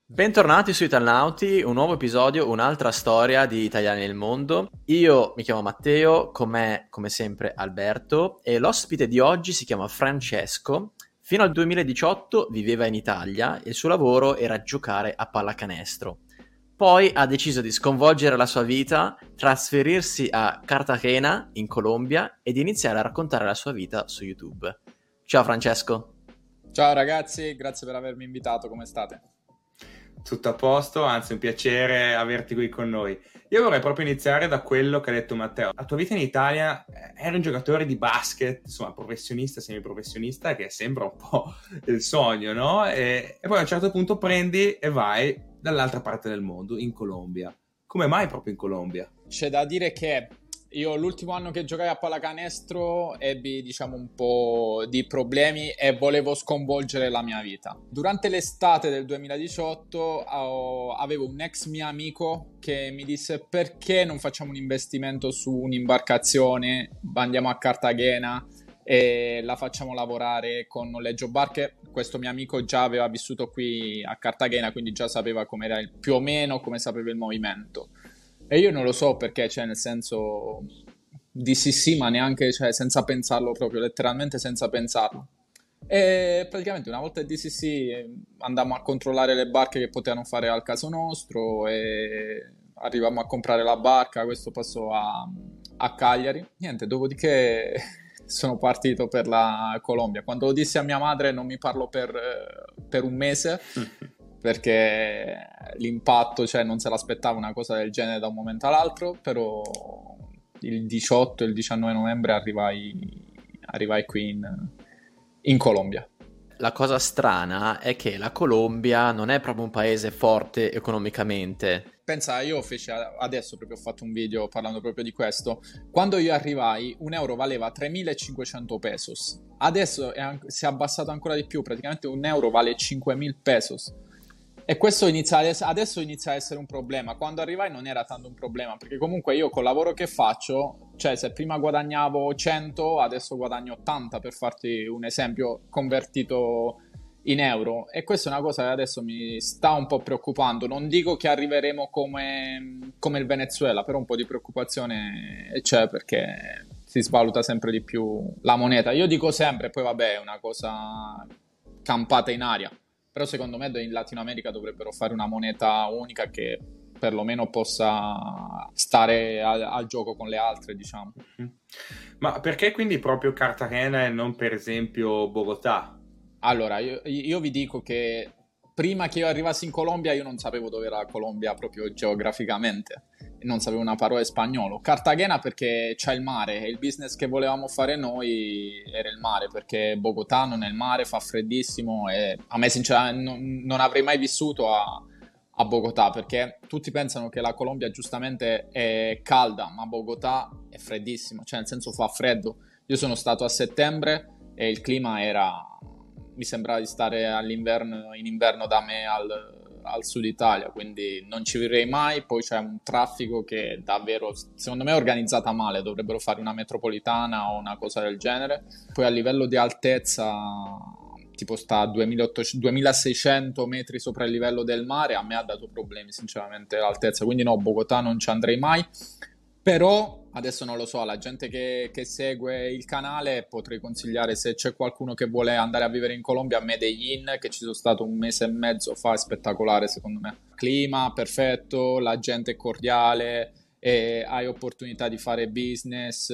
Bentornati su Italnauti, un nuovo episodio, un'altra storia di italiani nel mondo. Io mi chiamo Matteo, con me come sempre Alberto e l'ospite di oggi si chiama Francesco. Fino al 2018 viveva in Italia e il suo lavoro era giocare a pallacanestro. Poi ha deciso di sconvolgere la sua vita, trasferirsi a Cartagena, in Colombia, ed iniziare a raccontare la sua vita su YouTube. Ciao Francesco. Ciao ragazzi, grazie per avermi invitato, come state? Tutto a posto, anzi un piacere averti qui con noi. Io vorrei proprio iniziare da quello che ha detto Matteo. La tua vita in Italia eri un giocatore di basket, insomma professionista, semiprofessionista, che sembra un po' il sogno, no? E poi a un certo punto prendi e vai dall'altra parte del mondo, in Colombia. Come mai proprio in Colombia? C'è da dire che io l'ultimo anno che giocai a pallacanestro ebbi, diciamo, un po' di problemi e volevo sconvolgere la mia vita. Durante l'estate del 2018 avevo un ex mio amico che mi disse: perché non facciamo un investimento su un'imbarcazione, andiamo a Cartagena e la facciamo lavorare con noleggio barche. Questo mio amico già aveva vissuto qui a Cartagena, quindi già sapeva com'era più o meno come sapeva il movimento. E io non lo so perché, cioè, nel senso, dissi sì, ma neanche, cioè, senza pensarlo proprio, letteralmente senza pensarlo. E praticamente una volta che dissi sì, andammo a controllare le barche che potevano fare al caso nostro e arrivammo a comprare la barca. Questo passò a Cagliari. Niente, dopodiché sono partito per la Colombia. Quando lo dissi a mia madre non mi parlò per un mese perché l'impatto, cioè non se l'aspettava una cosa del genere da un momento all'altro, però il 18 e il 19 novembre arrivai qui in Colombia. La cosa strana è che la Colombia non è proprio un paese forte economicamente. Pensa, io adesso proprio ho fatto un video parlando proprio di questo. Quando io arrivai, un euro valeva 3.500 pesos. Adesso si è abbassato ancora di più, praticamente un euro vale 5.000 pesos. E questo adesso inizia a essere un problema. Quando arrivai non era tanto un problema, perché comunque io col lavoro che faccio, cioè se prima guadagnavo 100, adesso guadagno 80, per farti un esempio convertito in euro. E questa è una cosa che adesso mi sta un po' preoccupando. Non dico che arriveremo come il Venezuela, però un po' di preoccupazione c'è, perché si svaluta sempre di più la moneta. Io dico sempre, poi vabbè, è una cosa campata in aria. Però secondo me in Latino America dovrebbero fare una moneta unica che perlomeno possa stare al gioco con le altre, diciamo. Ma perché quindi proprio Cartagena e non per esempio Bogotà? Allora, io vi dico che prima che io arrivassi in Colombia io non sapevo dove era la Colombia proprio geograficamente, non sapevo una parola di spagnolo. Cartagena perché c'è il mare e il business che volevamo fare noi era il mare, perché Bogotà non è il mare, fa freddissimo e a me sinceramente non avrei mai vissuto a Bogotà, perché tutti pensano che la Colombia giustamente è calda, ma Bogotà è freddissimo, cioè nel senso fa freddo. Io sono stato a settembre e il clima mi sembrava di stare in inverno da me al sud Italia, quindi non ci vivrei mai. Poi c'è un traffico che davvero, secondo me, è organizzata male, dovrebbero fare una metropolitana o una cosa del genere. Poi a livello di altezza, tipo sta a 2600 metri sopra il livello del mare, a me ha dato problemi sinceramente l'altezza, quindi no, Bogotà non ci andrei mai. Però adesso non lo so, alla gente che segue il canale potrei consigliare, se c'è qualcuno che vuole andare a vivere in Colombia, a Medellin, che ci sono stato un mese e mezzo fa, è spettacolare secondo me. Clima perfetto, la gente è cordiale, e hai opportunità di fare business,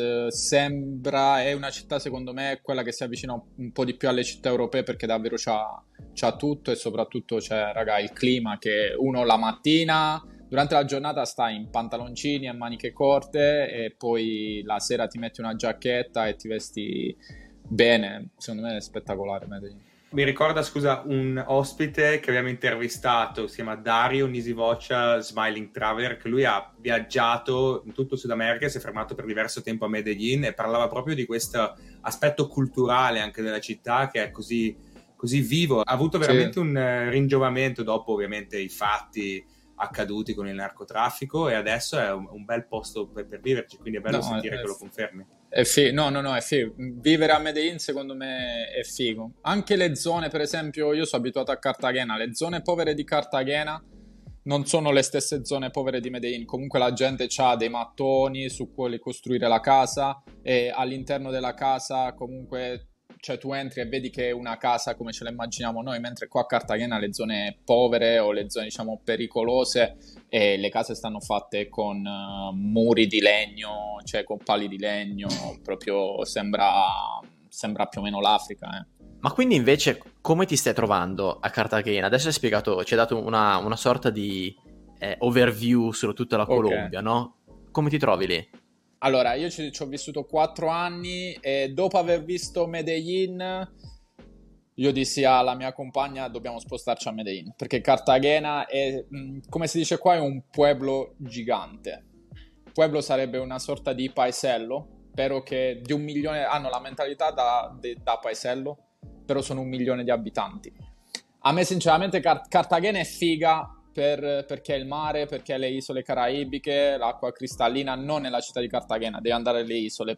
è una città secondo me quella che si avvicina un po' di più alle città europee, perché davvero c'ha tutto e soprattutto c'è, raga, il clima che uno la mattina durante la giornata stai in pantaloncini e maniche corte e poi la sera ti metti una giacchetta e ti vesti bene. Secondo me è spettacolare Medellin. Mi ricorda, scusa, un ospite che abbiamo intervistato, si chiama Dario Nisivocia Smiling Traveler, che lui ha viaggiato in tutto il Sud America e si è fermato per diverso tempo a Medellin e parlava proprio di questo aspetto culturale anche della città che è così vivo. Ha avuto veramente un ringiovamento dopo ovviamente i fatti accaduti con il narcotraffico e adesso è un bel posto per viverci, quindi è bello sentire che lo confermi. No, è figo. Vivere a Medellin secondo me è figo. Anche le zone, per esempio, io sono abituato a Cartagena, le zone povere di Cartagena non sono le stesse zone povere di Medellin. Comunque la gente ha dei mattoni su cui costruire la casa e all'interno della casa comunque, cioè tu entri e vedi che è una casa come ce la immaginiamo noi, mentre qua a Cartagena le zone povere o le zone diciamo pericolose e le case stanno fatte con muri di legno, cioè con pali di legno, proprio sembra più o meno l'Africa, eh. Ma quindi invece come ti stai trovando a Cartagena? Adesso hai spiegato, ci hai dato una sorta di overview su tutta la Ok. Colombia, no? Come ti trovi lì? Allora, io ci ho vissuto 4 anni e dopo aver visto Medellin, io dissi alla mia compagna dobbiamo spostarci a Medellin, perché Cartagena è, come si dice qua, è un pueblo gigante. Pueblo sarebbe una sorta di paesello, però che di 1 milione, hanno la mentalità da paesello, però sono 1 milione di abitanti. A me sinceramente Cartagena è figa perché il mare, perché le isole caraibiche, l'acqua cristallina, non nella città di Cartagena, devi andare alle isole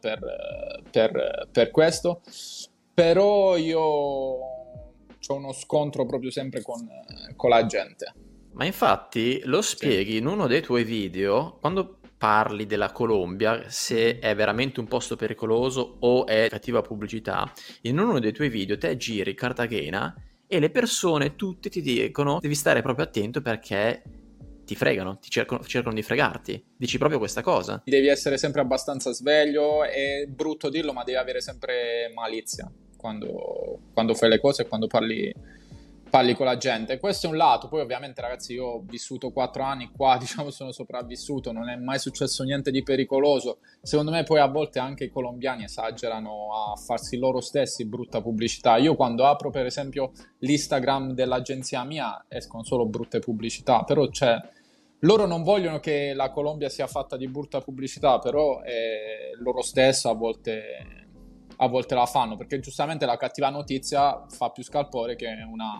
per questo. Però io ho uno scontro proprio sempre con la gente. Ma infatti lo Sì. spieghi in uno dei tuoi video, quando parli della Colombia, se è veramente un posto pericoloso o è cattiva pubblicità, in uno dei tuoi video te giri Cartagena e le persone tutte ti dicono devi stare proprio attento perché ti fregano, cercano di fregarti. Dici proprio questa cosa. Devi essere sempre abbastanza sveglio, è brutto dirlo, ma devi avere sempre malizia quando fai le cose e quando parli con la gente. Questo è un lato. Poi ovviamente ragazzi, io ho vissuto 4 anni qua, diciamo sono sopravvissuto, non è mai successo niente di pericoloso. Secondo me poi a volte anche i colombiani esagerano a farsi loro stessi brutta pubblicità. Io quando apro per esempio l'Instagram dell'agenzia mia escono solo brutte pubblicità, però c'è... Loro non vogliono che la Colombia sia fatta di brutta pubblicità, però loro stesso a volte la fanno, perché giustamente la cattiva notizia fa più scalpore che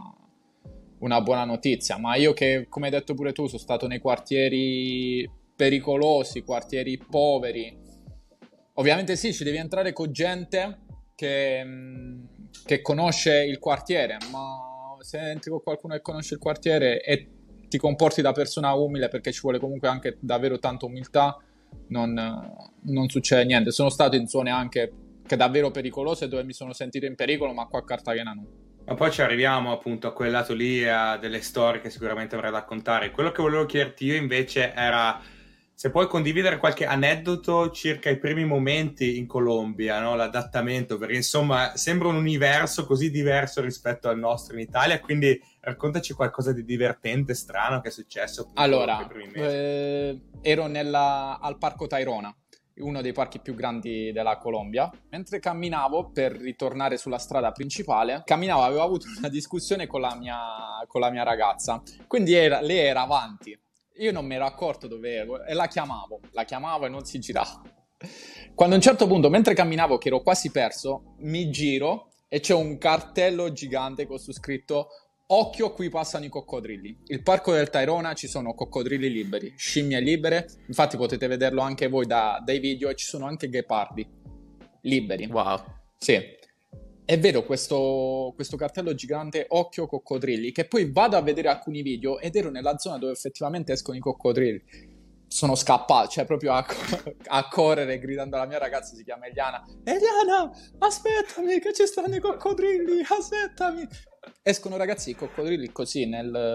una buona notizia. Ma io che, come hai detto pure tu, sono stato nei quartieri pericolosi, quartieri poveri. Ovviamente sì, ci devi entrare con gente che conosce il quartiere, ma se entri con qualcuno che conosce il quartiere e ti comporti da persona umile, perché ci vuole comunque anche davvero tanta umiltà, non succede niente. Sono stato in zone anche che davvero pericolose dove mi sono sentito in pericolo, ma qua a Cartagena no. Ma poi ci arriviamo appunto a quel lato lì, a delle storie che sicuramente avrai da raccontare. Quello che volevo chiederti io invece era se puoi condividere qualche aneddoto circa i primi momenti in Colombia, no? L'adattamento, perché insomma sembra un universo così diverso rispetto al nostro in Italia, quindi raccontaci qualcosa di divertente, strano che è successo appunto Allora, nei primi mesi. ero al Parco Tayrona, uno dei parchi più grandi della Colombia. Mentre camminavo per ritornare sulla strada principale, avevo avuto una discussione con la mia ragazza, quindi lei era avanti. Io non mi ero accorto dove ero e la chiamavo e non si girava. Quando a un certo punto, mentre camminavo, che ero quasi perso, mi giro e c'è un cartello gigante con su scritto "Occhio, qui passano i coccodrilli". Il parco del Tayrona, ci sono coccodrilli liberi, scimmie libere, infatti potete vederlo anche voi dai video, e ci sono anche ghepardi liberi. Wow. Sì. E vedo questo cartello gigante "Occhio coccodrilli", che poi vado a vedere alcuni video ed ero nella zona dove effettivamente escono i coccodrilli. Sono scappato, cioè proprio a correre gridando alla mia ragazza, si chiama Eliana: "Eliana, aspettami che ci stanno i coccodrilli, aspettami". Escono ragazzi i coccodrilli così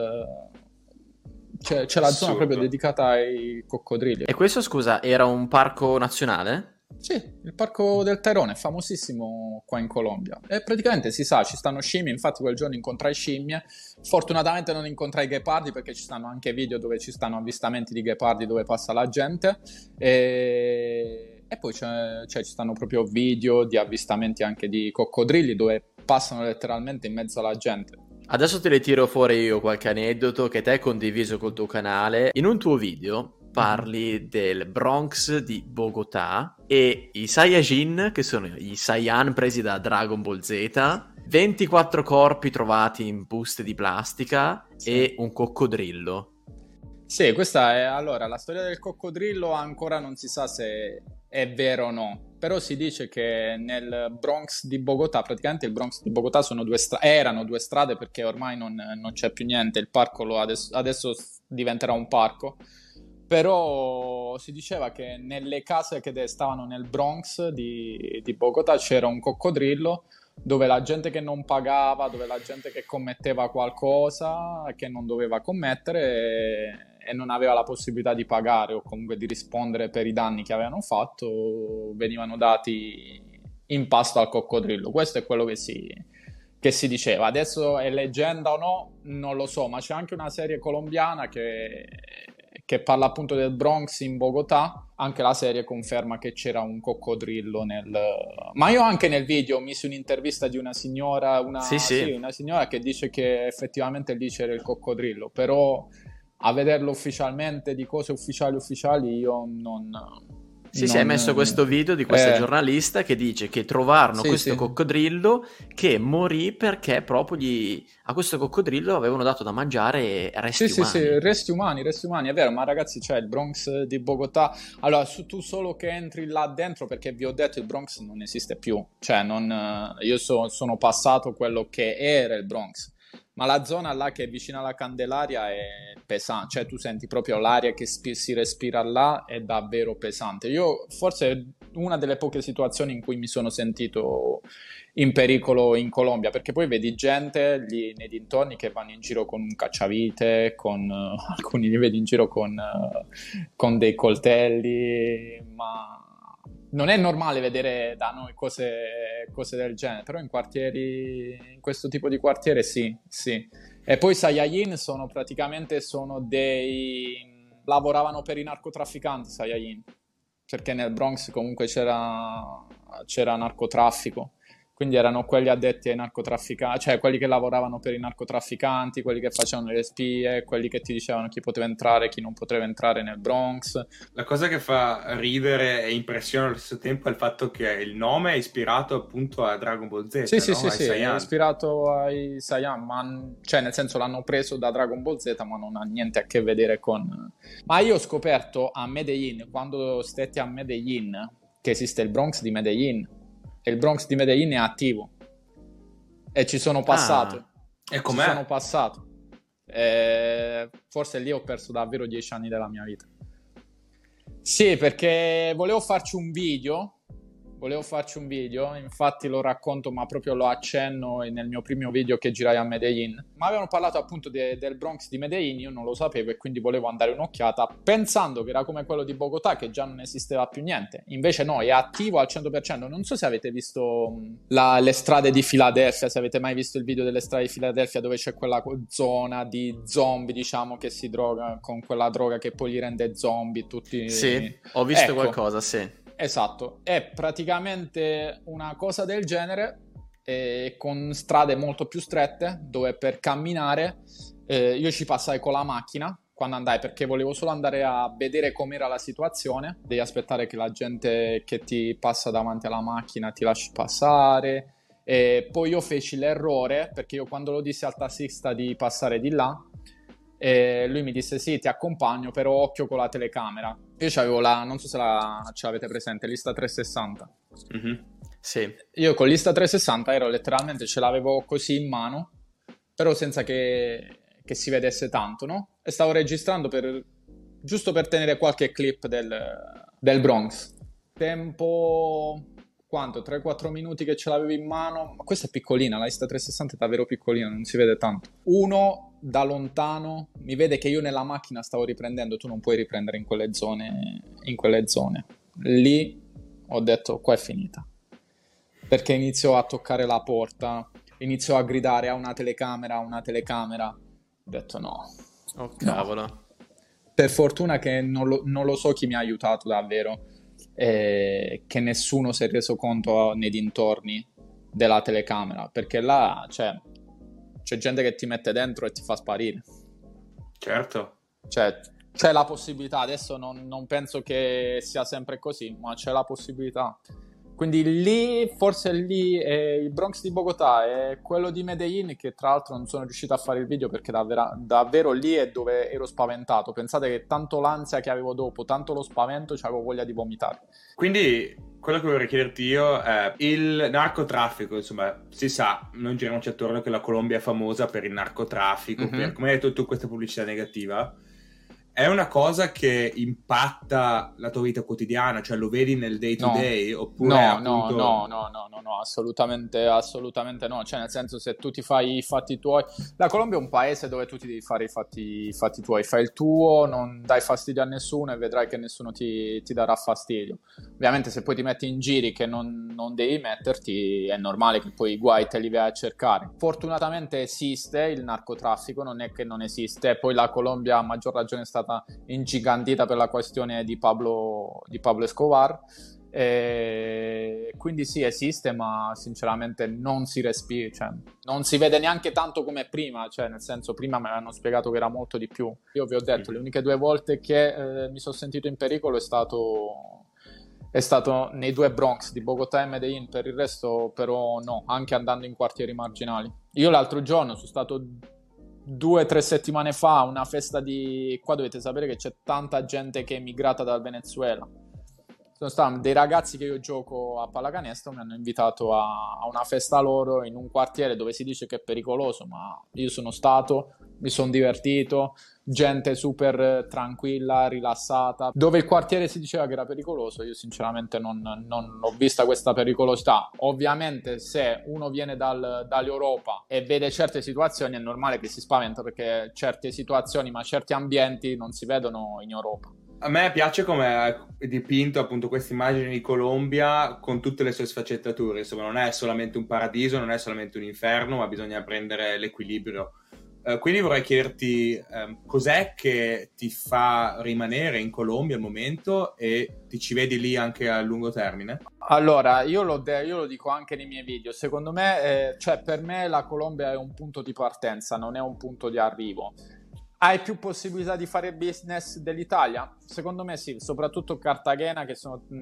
c'è la zona proprio dedicata ai coccodrilli. E questo, scusa, era un parco nazionale? Sì, il parco del Tayrona è famosissimo qua in Colombia e praticamente si sa, ci stanno scimmie, infatti quel giorno incontrai scimmie, fortunatamente non incontrai ghepardi perché ci stanno anche video dove ci stanno avvistamenti di ghepardi dove passa la gente e poi ci stanno proprio video di avvistamenti anche di coccodrilli dove passano letteralmente in mezzo alla gente. Adesso te le tiro fuori io qualche aneddoto che te hai condiviso col tuo canale. In un tuo video parli del Bronx di Bogotà e i Saiyajin, che sono i Saiyan presi da Dragon Ball Z, 24 corpi trovati in buste di plastica e un coccodrillo. Sì, questa è allora la storia del coccodrillo, ancora non si sa se è vero o no. Però si dice che nel Bronx di Bogotà, praticamente il Bronx di Bogotà erano due strade, perché ormai non c'è più niente, il parco adesso diventerà un parco, però si diceva che nelle case che stavano nel Bronx di Bogotà c'era un coccodrillo, dove la gente che non pagava, dove la gente che commetteva qualcosa che non doveva commettere e non aveva la possibilità di pagare o comunque di rispondere per i danni che avevano fatto, venivano dati in pasto al coccodrillo. Questo è quello che si diceva. Adesso è leggenda o no, non lo so, ma c'è anche una serie colombiana che parla appunto del Bronx in Bogotà. Anche la serie conferma che c'era un coccodrillo Ma io anche nel video ho messo un'intervista di una signora, una signora che dice che effettivamente lì c'era il coccodrillo, però a vederlo ufficialmente, di cose ufficiali, io non... Sì, hai messo questo video di questa giornalista che dice che trovarono questo coccodrillo che morì perché proprio a questo coccodrillo avevano dato da mangiare resti umani. Sì, resti umani, è vero, ma ragazzi, c'è il Bronx di Bogotà. Allora, tu solo che entri là dentro, perché vi ho detto il Bronx non esiste più, cioè io sono passato quello che era il Bronx. Ma la zona là che è vicina alla Candelaria è pesante, cioè tu senti proprio l'aria che si respira là, è davvero pesante. Io forse una delle poche situazioni in cui mi sono sentito in pericolo in Colombia, perché poi vedi gente lì nei dintorni che vanno in giro con un cacciavite, alcuni li vedi in giro con dei coltelli, ma... Non è normale vedere da noi cose del genere, però in questo tipo di quartiere sì. E poi Sayayin lavoravano per i narcotrafficanti, Sayayin, perché nel Bronx comunque c'era narcotraffico. Quindi erano quelli addetti ai narcotrafficanti, cioè quelli che lavoravano per i narcotrafficanti, quelli che facevano le spie, quelli che ti dicevano chi poteva entrare e chi non poteva entrare nel Bronx. La cosa che fa ridere e impressiona allo stesso tempo è il fatto che il nome è ispirato appunto a Dragon Ball Z, Sì, no? è ispirato ai Saiyan, ma cioè nel senso l'hanno preso da Dragon Ball Z, ma non ha niente a che vedere con... Ma io ho scoperto a Medellin, quando stetti a Medellin, che esiste il Bronx di Medellin. E il Bronx di Medellin è attivo e ci sono passato. E com'è? Ci sono passato. Forse lì ho perso davvero 10 anni della mia vita. Sì, perché volevo farci un video, infatti lo racconto, ma proprio lo accenno nel mio primo video che girai a Medellin. Ma avevano parlato appunto del Bronx di Medellin, io non lo sapevo e quindi volevo andare un'occhiata, pensando che era come quello di Bogotà, che già non esisteva più niente. Invece no, è attivo al 100%. Non so se avete visto le strade di Filadelfia, se avete mai visto il video delle strade di Filadelfia, dove c'è quella zona di zombie, diciamo, che si droga con quella droga che poi li rende zombie tutti. Sì, ho visto qualcosa, sì. Esatto, è praticamente una cosa del genere, con strade molto più strette, dove per camminare io ci passai con la macchina quando andai, perché volevo solo andare a vedere com'era la situazione, devi aspettare che la gente che ti passa davanti alla macchina ti lasci passare, e poi io feci l'errore, perché io quando lo dissi al tassista di passare di là, lui mi disse sì, ti accompagno, però occhio con la telecamera. Io c'avevo non so se ce l'avete presente, l'Insta360. Mm-hmm. Sì. Io con l'Insta360 ero letteralmente, ce l'avevo così in mano, però senza che si vedesse tanto, no? E stavo registrando giusto per tenere qualche clip del Bronx. Tempo... quanto? 3-4 minuti che ce l'avevo in mano. Ma questa è piccolina, la Insta360 è davvero piccolina, non si vede tanto. Uno da lontano mi vede che io nella macchina stavo riprendendo, tu non puoi riprendere in quelle zone. Lì ho detto qua è finita, perché iniziò a toccare la porta, iniziò a gridare a una telecamera. Ho detto no. Oh cavolo. No. Per fortuna che non lo so chi mi ha aiutato davvero, che nessuno si è reso conto nei dintorni della telecamera, perché là c'è gente che ti mette dentro e ti fa sparire. Certo. Cioè, c'è la possibilità, adesso non penso che sia sempre così, ma c'è la possibilità. Quindi lì, forse lì, il Bronx di Bogotà e quello di Medellin, che tra l'altro non sono riuscito a fare il video perché davvero lì è dove ero spaventato. Pensate che tanto l'ansia che avevo dopo, tanto lo spavento, avevo voglia di vomitare. Quindi quello che vorrei chiederti io è il narcotraffico, insomma, si sa, non giriamoci attorno che la Colombia è famosa per il narcotraffico, per, come hai detto tu, questa pubblicità negativa. È una cosa che impatta la tua vita quotidiana, cioè lo vedi nel day to day? Oppure appunto... No, assolutamente no. Cioè, nel senso, se tu ti fai i fatti tuoi... La Colombia è un paese dove tu ti devi fare i fatti tuoi. Fai il tuo, non dai fastidio a nessuno e vedrai che nessuno ti darà fastidio. Ovviamente se poi ti metti in giri che non devi metterti, è normale che poi i guai te li vai a cercare. Fortunatamente esiste il narcotraffico, non è che non esiste. Poi la Colombia, a maggior ragione, è stata ingigantita per la questione di Pablo Escobar, quindi sì, esiste, ma sinceramente non si respira, cioè, non si vede neanche tanto come prima, cioè nel senso, prima me l'hanno spiegato che era molto di più. Io vi ho detto, le uniche 2 volte che mi sono sentito in pericolo è stato nei 2 Bronx di Bogotà e Medellin. Per il resto però no, anche andando in quartieri marginali. Io l'altro giorno sono stato 2 o 3 settimane fa a una festa qua dovete sapere che c'è tanta gente che è emigrata dal Venezuela. Sono stati dei ragazzi che io gioco a pallacanestro, mi hanno invitato a una festa loro in un quartiere dove si dice che è pericoloso, ma io sono stato, mi sono divertito, gente super tranquilla, rilassata. Dove il quartiere si diceva che era pericoloso, io sinceramente non ho vista questa pericolosità. Ovviamente se uno viene dall'Europa e vede certe situazioni è normale che si spaventa, perché certe situazioni, ma certi ambienti non si vedono in Europa. A me piace come hai dipinto appunto questa immagine di Colombia con tutte le sue sfaccettature, insomma non è solamente un paradiso, non è solamente un inferno, ma bisogna prendere l'equilibrio. Quindi vorrei chiederti cos'è che ti fa rimanere in Colombia al momento e ti ci vedi lì anche a lungo termine? Allora, io lo dico anche nei miei video, secondo me, cioè per me la Colombia è un punto di partenza, non è un punto di arrivo. Hai più possibilità di fare business dell'Italia? Secondo me sì, soprattutto Cartagena che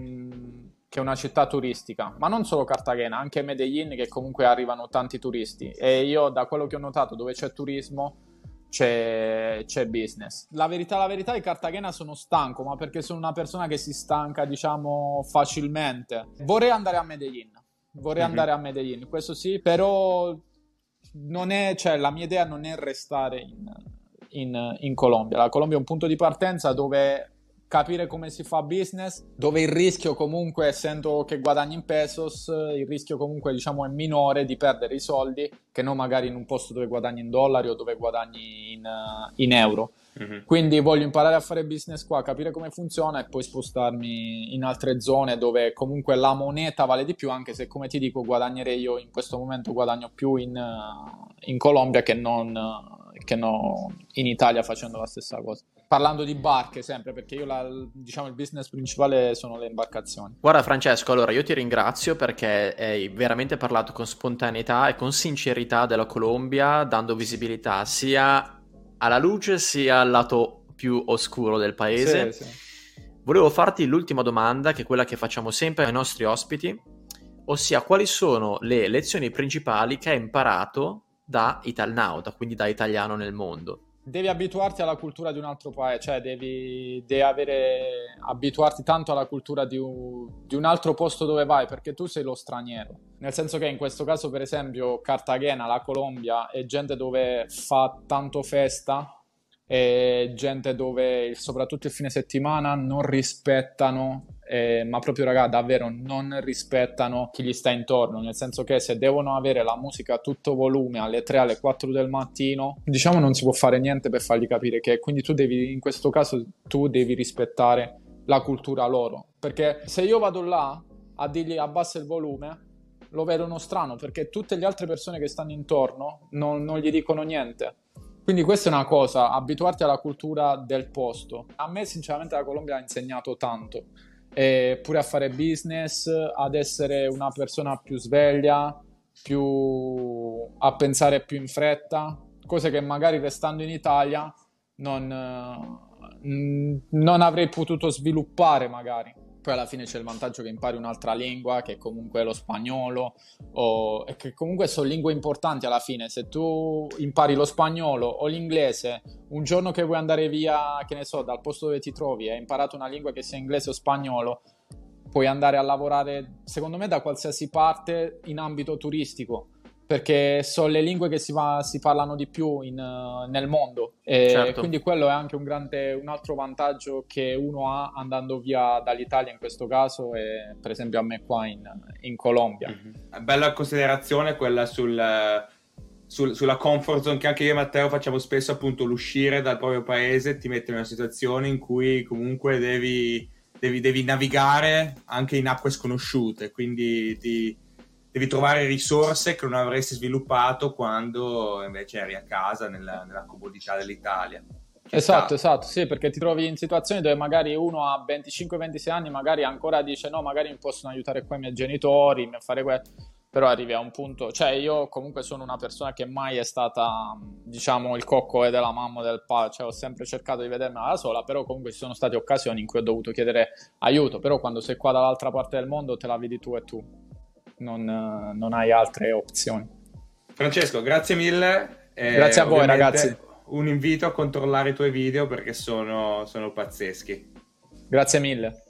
è una città turistica, ma non solo Cartagena, anche Medellin, che comunque arrivano tanti turisti, e io da quello che ho notato dove c'è turismo c'è business. La verità di Cartagena sono stanco, ma perché sono una persona che si stanca, diciamo, facilmente. Vorrei andare a Medellin, questo sì, però non è, cioè la mia idea non è restare in Colombia. La Colombia è un punto di partenza dove capire come si fa business, dove il rischio comunque, essendo che guadagni in pesos, il rischio comunque diciamo è minore di perdere i soldi che non magari in un posto dove guadagni in dollari o dove guadagni in euro. Quindi voglio imparare a fare business qua, capire come funziona e poi spostarmi in altre zone dove comunque la moneta vale di più, anche se come ti dico guadagnerei, io in questo momento guadagno più in Colombia che non in Italia facendo la stessa cosa. Parlando di barche sempre, perché io diciamo il business principale sono le imbarcazioni. Guarda Francesco, allora io ti ringrazio perché hai veramente parlato con spontaneità e con sincerità della Colombia, dando visibilità sia alla luce sia al lato più oscuro del paese. Sì. Volevo farti l'ultima domanda, che è quella che facciamo sempre ai nostri ospiti, ossia quali sono le lezioni principali che hai imparato da Italnauta, quindi da italiano nel mondo? Devi abituarti alla cultura di un altro paese, cioè devi abituarti tanto alla cultura di un altro posto dove vai, perché tu sei lo straniero. Nel senso che in questo caso, per esempio, Cartagena, la Colombia, è gente dove fa tanto festa, è gente dove soprattutto il fine settimana non rispettano, ma proprio raga, davvero non rispettano chi gli sta intorno, nel senso che se devono avere la musica a tutto volume alle 3, alle 4 del mattino, diciamo non si può fare niente per fargli capire che quindi in questo caso tu devi rispettare la cultura loro, perché se io vado là a dirgli abbassa il volume lo vedono strano, perché tutte le altre persone che stanno intorno non gli dicono niente. Quindi questa è una cosa, abituarti alla cultura del posto. A me sinceramente la Colombia ha insegnato tanto, pure a fare business, ad essere una persona più sveglia, a pensare più in fretta, cose che magari restando in Italia non avrei potuto sviluppare magari. Poi alla fine c'è il vantaggio che impari un'altra lingua, che comunque è lo spagnolo, e che comunque sono lingue importanti alla fine. Se tu impari lo spagnolo o l'inglese, un giorno che vuoi andare via, che ne so, dal posto dove ti trovi e hai imparato una lingua che sia inglese o spagnolo, puoi andare a lavorare, secondo me, da qualsiasi parte in ambito turistico, perché sono le lingue che si parlano di più nel mondo, e Certo. quindi quello è anche un altro vantaggio che uno ha andando via dall'Italia in questo caso, e per esempio a me qua in Colombia. Mm-hmm. Bella considerazione quella sulla comfort zone, che anche io e Matteo facciamo spesso, appunto, l'uscire dal proprio paese ti mette in una situazione in cui comunque devi navigare anche in acque sconosciute, quindi devi trovare risorse che non avresti sviluppato quando invece eri a casa nella comodità dell'Italia. Esatto, sì, perché ti trovi in situazioni dove magari uno a 25-26 anni magari ancora dice no, magari mi possono aiutare qua i miei genitori a fare questo, però arrivi a un punto, cioè io comunque sono una persona che mai è stata, diciamo, il cocco della mamma o del padre, cioè ho sempre cercato di vedermela da sola, però comunque ci sono state occasioni in cui ho dovuto chiedere aiuto, però quando sei qua dall'altra parte del mondo te la vedi tu e tu. Non hai altre opzioni. Francesco, grazie mille. Grazie a voi, ragazzi. Un invito a controllare i tuoi video perché sono pazzeschi. Grazie mille.